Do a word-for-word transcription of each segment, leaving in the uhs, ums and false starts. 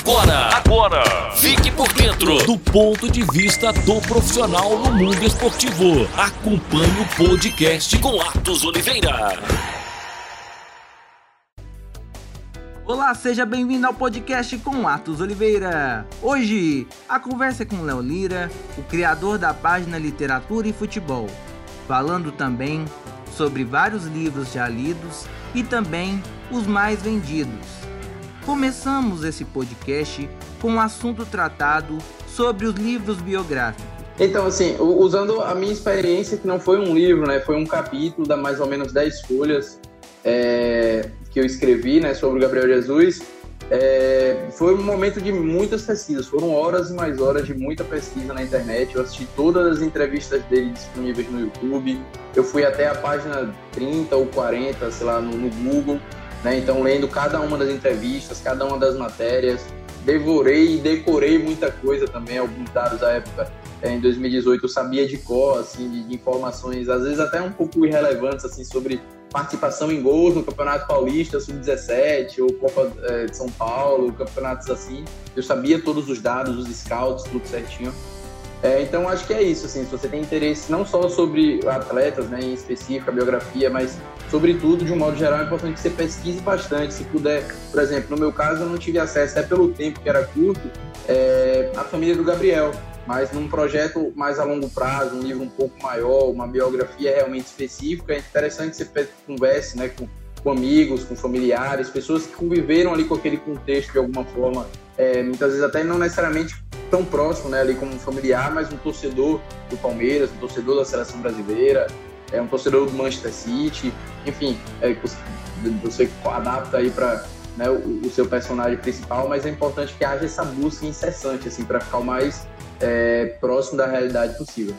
Agora, agora, fique por dentro do ponto de vista do profissional no mundo esportivo. Acompanhe o podcast com Atos Oliveira. Olá, seja bem-vindo ao podcast com Atos Oliveira. Hoje, a conversa é com Léo Lira, o criador da página Literatura e Futebol, falando também sobre vários livros já lidos e também os mais vendidos. Começamos esse podcast com um assunto tratado sobre os livros biográficos. Então, assim, usando a minha experiência, que não foi um livro, né, foi um capítulo da mais ou menos dez folhas é, que eu escrevi, né, sobre o Gabriel Jesus, é, foi um momento de muitas pesquisas, foram horas e mais horas de muita pesquisa na internet. Eu assisti todas as entrevistas dele disponíveis no YouTube, eu fui até a página trinta ou quarenta, sei lá, no, no Google, né? Então, lendo cada uma das entrevistas, cada uma das matérias, devorei e decorei muita coisa também, alguns dados da época. É, em dois mil e dezoito eu sabia de cor, assim, de, de informações, às vezes até um pouco irrelevantes, assim, sobre participação em gols no Campeonato Paulista, sub dezessete, ou Copa é, de São Paulo, campeonatos assim. Eu sabia todos os dados, os scouts, tudo certinho. É, então, acho que é isso, assim, se você tem interesse não só sobre atletas, né, em específico, a biografia, mas sobretudo, de um modo geral, é importante que você pesquise bastante. Se puder, por exemplo, no meu caso, eu não tive acesso, até pelo tempo que era curto, é, à família do Gabriel, mas num projeto mais a longo prazo, um livro um pouco maior, uma biografia realmente específica, é interessante que você converse, né, com, com amigos, com familiares, pessoas que conviveram ali com aquele contexto de alguma forma, é, muitas vezes até não necessariamente tão próximo, né, ali como um familiar, mas um torcedor do Palmeiras, um torcedor da seleção brasileira, é um torcedor do Manchester City, enfim, é, você adapta aí para, né, o, o seu personagem principal, mas é importante que haja essa busca incessante, assim, para ficar o mais é, próximo da realidade possível.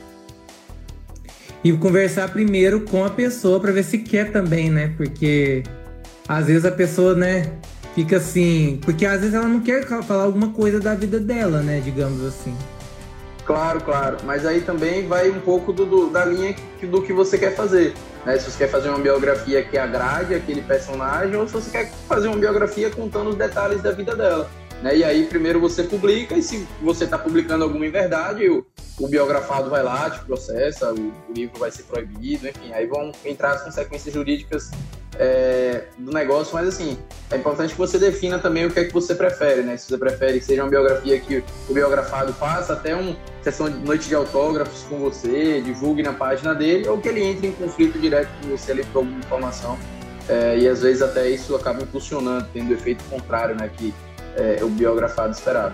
E conversar primeiro com a pessoa para ver se quer também, né? Porque às vezes a pessoa, né, fica assim... Porque às vezes ela não quer falar alguma coisa da vida dela, né? Digamos assim. Claro, claro. Mas aí também vai um pouco do, do, da linha que, do que você quer fazer, né? Se você quer fazer uma biografia que agrade aquele personagem ou se você quer fazer uma biografia contando os detalhes da vida dela, né? E aí primeiro você publica e se você está publicando alguma inverdade, o, o biografado vai lá, te processa, o, o livro vai ser proibido, enfim, aí vão entrar as consequências jurídicas é, do negócio, mas assim, é importante que você defina também o que é que você prefere, né? Se você prefere que seja uma biografia que o biografado faça até uma sessão de noite de autógrafos com você, divulgue na página dele, ou que ele entre em conflito direto com você ali por alguma informação, é, e às vezes até isso acaba impulsionando, tendo o efeito contrário, né, que é, o biografado esperava.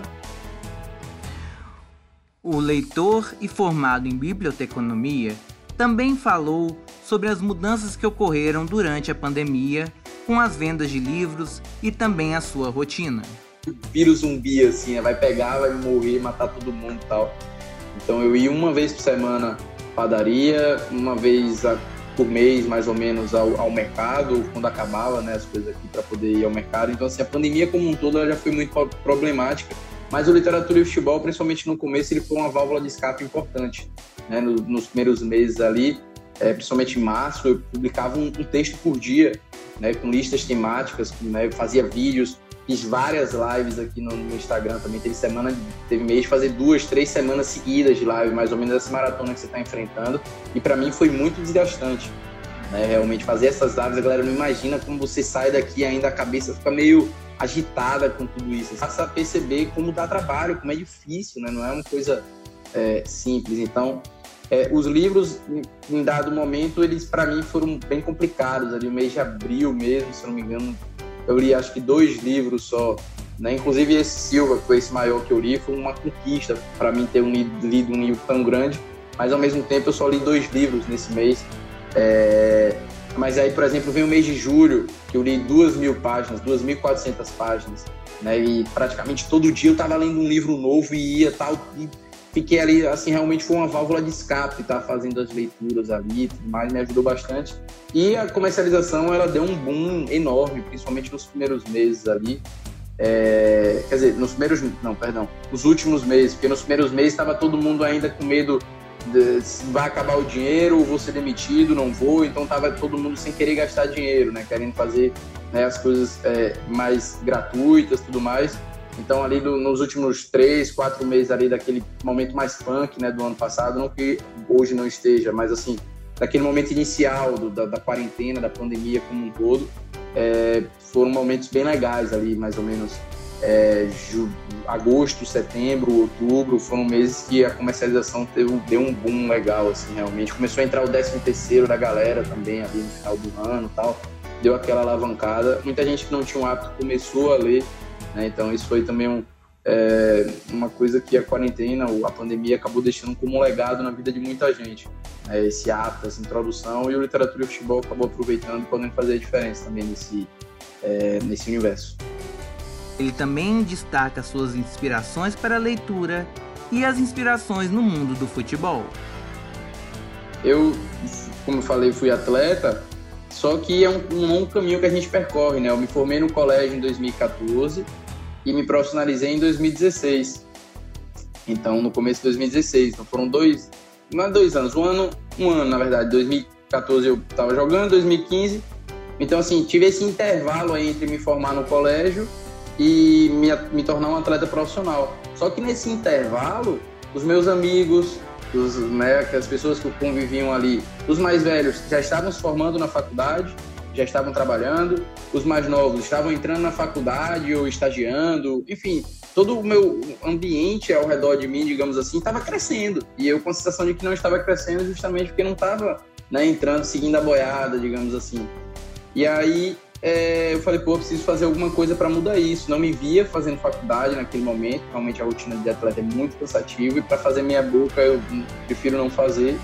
O leitor e formado em biblioteconomia também falou sobre as mudanças que ocorreram durante a pandemia com as vendas de livros e também a sua rotina. Vírus zumbi, assim, vai pegar, vai morrer, matar todo mundo e tal. Então eu ia uma vez por semana à padaria, uma vez a, por mês, mais ou menos, ao, ao mercado, quando acabava, né, as coisas aqui para poder ir ao mercado. Então, assim, a pandemia como um todo ela já foi muito problemática, mas o Literatura e Futebol, principalmente no começo, ele foi uma válvula de escape importante, né? Nos, nos primeiros meses ali, é, principalmente em março, eu publicava um, um texto por dia, né, com listas temáticas, né, eu fazia vídeos, fiz várias lives aqui no, no Instagram também, teve semana, teve mês de fazer duas, três semanas seguidas de live, mais ou menos essa maratona que você está enfrentando, e para mim foi muito desgastante, né, realmente fazer essas lives, a galera não imagina como você sai daqui ainda a cabeça fica meio agitada com tudo isso, você passa a perceber como dá trabalho, como é difícil, né, não é uma coisa é, simples, então é, os livros em, em dado momento, eles para mim foram bem complicados, ali no mês de abril mesmo, se eu não me engano, eu li acho que dois livros só, né? Inclusive esse Silva, que foi esse maior que eu li, foi uma conquista para mim ter um lido, lido um livro tão grande, mas ao mesmo tempo eu só li dois livros nesse mês. É... Mas aí, por exemplo, vem o mês de julho, que eu li duas mil páginas, duas mil e quatrocentas páginas, né? E praticamente todo dia eu estava lendo um livro novo e ia tal, e fiquei ali, assim, realmente foi uma válvula de escape, tá fazendo as leituras ali e tudo mais, me ajudou bastante. E a comercialização, ela deu um boom enorme, principalmente nos primeiros meses ali. É, quer dizer, nos primeiros, não, perdão, nos últimos meses, porque nos primeiros meses estava todo mundo ainda com medo de, se vai acabar o dinheiro, vou ser demitido, não vou, então estava todo mundo sem querer gastar dinheiro, né, querendo fazer, né, as coisas é, mais gratuitas e tudo mais. Então, ali do, nos últimos três, quatro meses ali daquele momento mais punk, né, do ano passado, não que hoje não esteja, mas assim, daquele momento inicial do, da, da quarentena, da pandemia como um todo, é, foram momentos bem legais ali, mais ou menos é, ju, agosto, setembro, outubro, foram meses que a comercialização teve, deu um boom legal, assim, realmente. Começou a entrar o décimo terceiro da galera também ali no final do ano e tal, deu aquela alavancada. Muita gente que não tinha um hábito começou a ler, né? Então isso foi também um, é, uma coisa que a quarentena, a pandemia acabou deixando como um legado na vida de muita gente, né? Esse hábito, essa introdução, e o Literatura e Futebol acabou aproveitando e podendo fazer a diferença também nesse, é, nesse universo. Ele também destaca suas inspirações para a leitura e as inspirações no mundo do futebol. Eu, como eu falei, fui atleta, só que é um, um longo caminho que a gente percorre, né? Eu me formei no colégio em dois mil e catorze e me profissionalizei em dois mil e dezesseis. Então, no começo de dois mil e dezesseis. Então, foram dois, não é dois anos, um ano, um ano, na verdade. dois mil e catorze eu estava jogando, dois mil e quinze. Então, assim, tive esse intervalo aí entre me formar no colégio e me, me tornar um atleta profissional. Só que nesse intervalo, os meus amigos, os, né, as pessoas que conviviam ali, os mais velhos já estavam se formando na faculdade, já estavam trabalhando, os mais novos estavam entrando na faculdade ou estagiando, enfim, todo o meu ambiente ao redor de mim, digamos assim, estava crescendo. E eu com a sensação de que não estava crescendo justamente porque não estava, né, entrando, seguindo a boiada, digamos assim. E aí é, eu falei, pô, eu preciso fazer alguma coisa para mudar isso. Não me via fazendo faculdade naquele momento, realmente a rotina de atleta é muito cansativa e para fazer minha boca eu prefiro não fazer.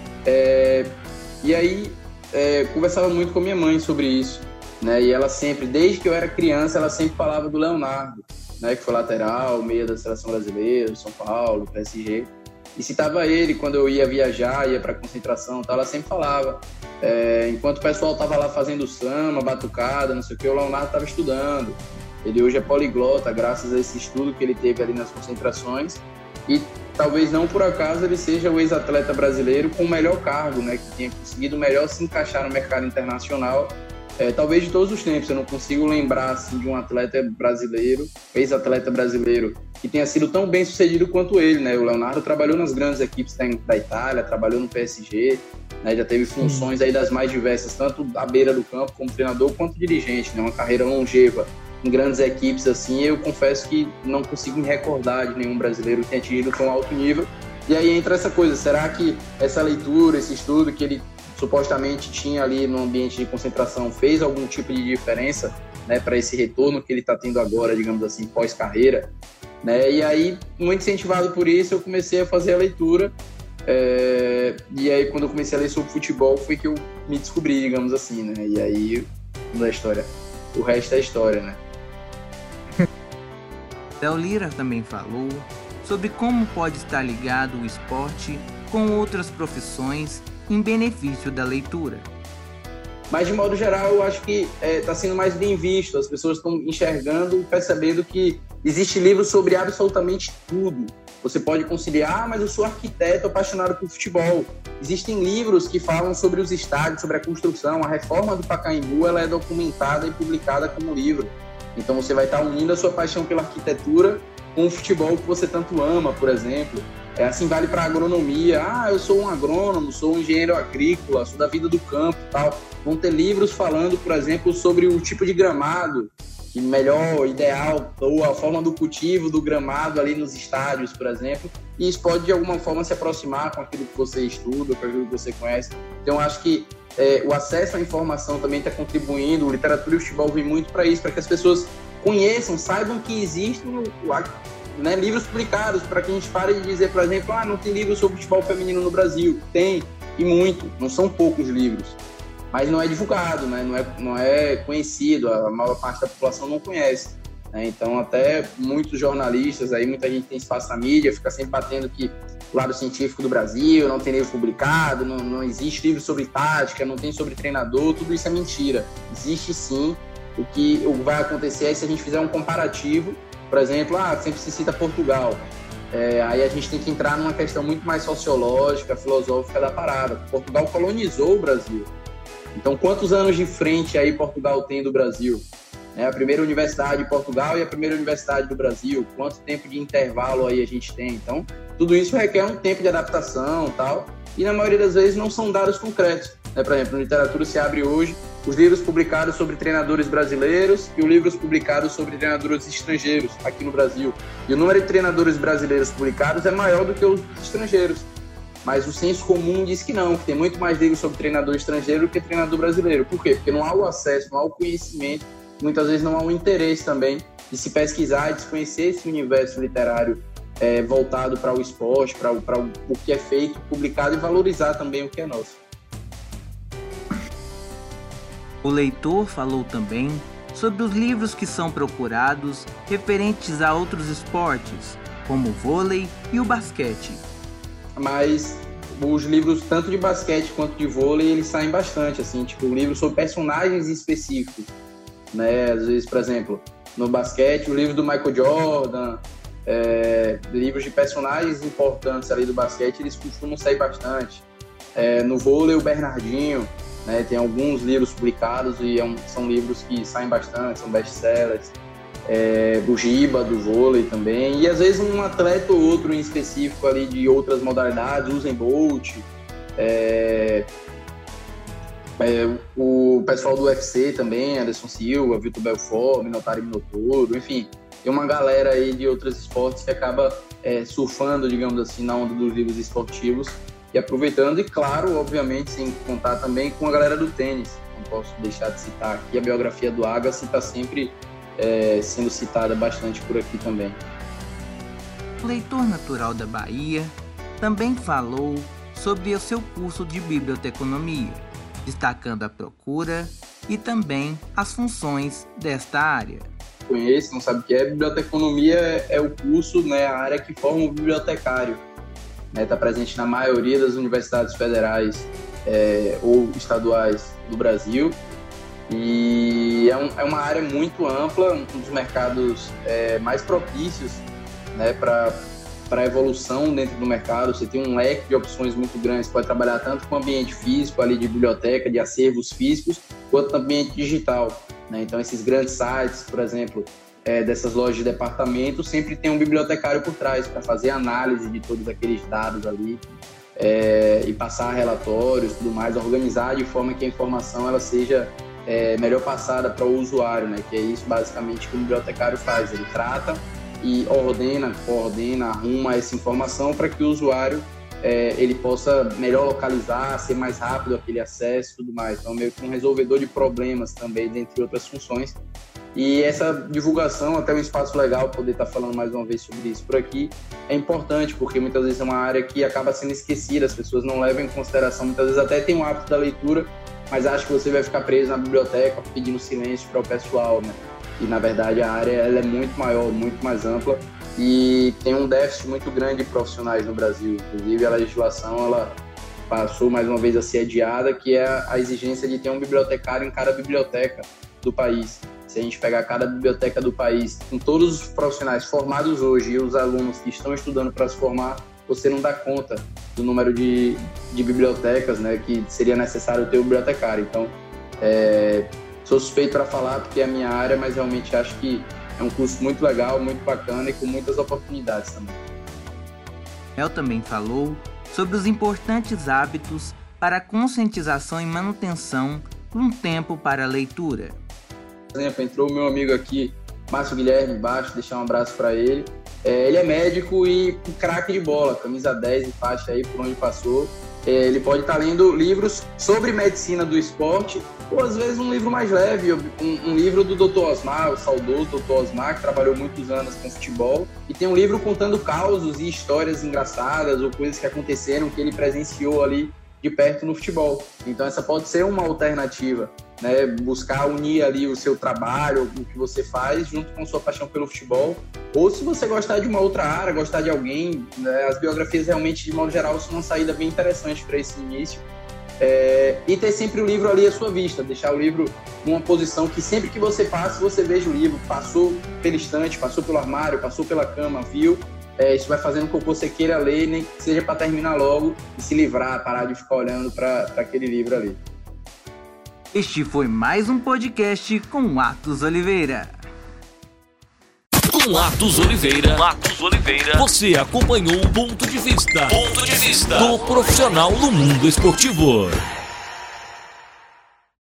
É, e aí é, conversava muito com minha mãe sobre isso, né? E ela sempre, desde que eu era criança, ela sempre falava do Leonardo, né? Que foi lateral, meia da seleção brasileira, São Paulo, P S G. E citava ele quando eu ia viajar, ia para concentração e tal, ela sempre falava. É, enquanto o pessoal estava lá fazendo samba, batucada, não sei o que, o Leonardo estava estudando. Ele hoje é poliglota, graças a esse estudo que ele teve ali nas concentrações. E talvez não por acaso ele seja o ex-atleta brasileiro com o melhor cargo, né, que tenha conseguido melhor se encaixar no mercado internacional. É, talvez de todos os tempos, eu não consigo lembrar assim, de um atleta brasileiro, ex-atleta brasileiro, que tenha sido tão bem sucedido quanto ele, né? O Leonardo trabalhou nas grandes equipes da, da Itália, trabalhou no P S G, né? Já teve funções aí das mais diversas, tanto à beira do campo como treinador, quanto dirigente, né? Uma carreira longeva em grandes equipes assim. Eu confesso que não consigo me recordar de nenhum brasileiro que tenha atingido tão alto nível. E aí entra essa coisa, será que essa leitura, esse estudo que ele supostamente tinha ali no ambiente de concentração fez algum tipo de diferença, né, para esse retorno que ele está tendo agora, digamos assim, pós-carreira, né? E aí, muito incentivado por isso, eu comecei a fazer a leitura, é... e aí quando eu comecei a ler sobre futebol foi que eu me descobri, digamos assim, né? E aí, da história, o resto é história, né? Léo Lira também falou sobre como pode estar ligado o esporte com outras profissões em benefício da leitura. Mas, de modo geral, eu acho que está é, sendo mais bem visto. As pessoas estão enxergando e percebendo que existe livro sobre absolutamente tudo. Você pode conciliar, ah, mas eu sou arquiteto apaixonado por futebol. Existem livros que falam sobre os estádios, sobre a construção. A reforma do Pacaembu, ela é documentada e publicada como livro. Então, você vai estar unindo a sua paixão pela arquitetura com o futebol que você tanto ama, por exemplo. É, assim vale para agronomia. Ah, eu sou um agrônomo, sou um engenheiro agrícola, sou da vida do campo e tal. Vão ter livros falando, por exemplo, sobre o tipo de gramado, que melhor, ideal, ou a forma do cultivo do gramado ali nos estádios, por exemplo. E isso pode, de alguma forma, se aproximar com aquilo que você estuda, com aquilo que você conhece. Então, eu acho que é, o acesso à informação também está contribuindo. O Literatura e o Futebol vem muito para isso, para que as pessoas conheçam, saibam que existem Né, livros publicados, para que a gente pare de dizer, por exemplo, ah, não tem livro sobre futebol feminino no Brasil. Tem, e muito, não são poucos livros, mas não é divulgado, né, não, é, não é conhecido, a maior parte da população não conhece, né, então até muitos jornalistas, aí muita gente tem espaço na mídia, fica sempre batendo que o lado científico do Brasil não tem livro publicado, não, não existe livro sobre tática, não tem sobre treinador, tudo isso é mentira. Existe sim. O que vai acontecer é se a gente fizer um comparativo. Por exemplo, ah, sempre se cita Portugal. É, aí a gente tem que entrar numa questão muito mais sociológica, filosófica da parada. Portugal colonizou o Brasil. Então, quantos anos de frente aí Portugal tem do Brasil? né? A primeira universidade de Portugal e a primeira universidade do Brasil, quanto tempo de intervalo aí a gente tem. Então, tudo isso requer um tempo de adaptação e tal, e na maioria das vezes não são dados concretos, né? Por exemplo, na literatura se abre hoje os livros publicados sobre treinadores brasileiros e os livros publicados sobre treinadores estrangeiros aqui no Brasil. E o número de treinadores brasileiros publicados é maior do que os estrangeiros. Mas o senso comum diz que não, que tem muito mais livros sobre treinador estrangeiro do que treinador brasileiro. Por quê? Porque não há o acesso, não há o conhecimento, muitas vezes não há o interesse também de se pesquisar e de se conhecer esse universo literário é, voltado para o esporte, para o, para o que é feito, publicado, e valorizar também o que é nosso. O leitor falou também sobre os livros que são procurados referentes a outros esportes, como o vôlei e o basquete. Mas os livros, tanto de basquete quanto de vôlei, eles saem bastante, assim, tipo, livros sobre personagens específicos, né? Às vezes, por exemplo, no basquete, o livro do Michael Jordan, é, livros de personagens importantes ali do basquete, eles costumam sair bastante. É, no vôlei, o Bernardinho, né, tem alguns livros publicados e é um, são livros que saem bastante, são best-sellers. É, o Giba, do vôlei também, e às vezes um atleta ou outro em específico ali de outras modalidades, Usain Bolt, é, é, o pessoal do U F C também, Anderson Silva, Vitor Belfort, Minotauro e Minotouro, enfim, tem uma galera aí de outros esportes que acaba é, surfando, digamos assim, na onda dos livros esportivos e aproveitando, e claro, obviamente, sem contar também com a galera do tênis. Não posso deixar de citar aqui a biografia do Agassi, está sempre é, sendo citada bastante por aqui também. O leitor natural da Bahia também falou sobre o seu curso de biblioteconomia, destacando a procura e também as funções desta área. Conheço, não sabe o que é? Biblioteconomia é o curso, né, a área que forma o bibliotecário. Está, né, presente na maioria das universidades federais é, ou estaduais do Brasil, e é, um, é uma área muito ampla, um dos mercados é, mais propícios, né, para a evolução dentro do mercado. Você tem um leque de opções muito grande, você pode trabalhar tanto com ambiente físico, ali de biblioteca, de acervos físicos, quanto no ambiente digital, né? Então esses grandes sites, por exemplo, É, dessas lojas de departamento, sempre tem um bibliotecário por trás para fazer análise de todos aqueles dados ali é, e passar relatórios e tudo mais, organizar de forma que a informação ela seja é, melhor passada para o usuário, né? Que é isso basicamente que o bibliotecário faz, ele trata e ordena, coordena, arruma essa informação para que o usuário é, ele possa melhor localizar, ser mais rápido aquele acesso e tudo mais. Então, meio que um resolvedor de problemas também, dentre outras funções. E essa divulgação, até um espaço legal poder estar falando mais uma vez sobre isso por aqui, é importante, porque muitas vezes é uma área que acaba sendo esquecida, as pessoas não levam em consideração, muitas vezes até tem o hábito da leitura, mas acha que você vai ficar preso na biblioteca pedindo silêncio para o pessoal, né? E na verdade a área ela é muito maior, muito mais ampla, e tem um déficit muito grande de profissionais no Brasil. Inclusive a legislação ela passou mais uma vez a ser adiada, que é a exigência de ter um bibliotecário em cada biblioteca do país. Se a gente pegar cada biblioteca do país, com todos os profissionais formados hoje e os alunos que estão estudando para se formar, você não dá conta do número de, de bibliotecas, né, que seria necessário ter o bibliotecário. Então, é, sou suspeito para falar porque é a minha área, mas realmente acho que é um curso muito legal, muito bacana e com muitas oportunidades também. El também falou sobre os importantes hábitos para a conscientização e manutenção de um tempo para a leitura. Por exemplo, entrou o meu amigo aqui, Márcio Guilherme, embaixo, deixar um abraço para ele. É, ele é médico e um craque de bola, camisa dez e faixa aí por onde passou. É, ele pode estar lendo livros sobre medicina do esporte, ou às vezes um livro mais leve, um, um livro do doutor Osmar, o saudoso doutor Osmar, que trabalhou muitos anos com futebol, e tem um livro contando causos e histórias engraçadas ou coisas que aconteceram, que ele presenciou ali de perto no futebol. Então essa pode ser uma alternativa, né? Buscar unir ali o seu trabalho, o que você faz, junto com sua paixão pelo futebol. Ou se você gostar de uma outra área, gostar de alguém, né? As biografias realmente, de modo geral, são uma saída bem interessante para esse início. É... E ter sempre o livro ali à sua vista, deixar o livro numa posição que sempre que você passe, você veja o livro, passou pela estante, passou pelo armário, passou pela cama, viu. É, isso vai fazendo com que você queira ler, nem que seja para terminar logo e se livrar, parar de ficar olhando para aquele livro ali. Este foi mais um podcast com Atos Oliveira. Com Atos Oliveira, Atos Oliveira, você acompanhou o ponto de vista, ponto de vista do profissional no mundo esportivo.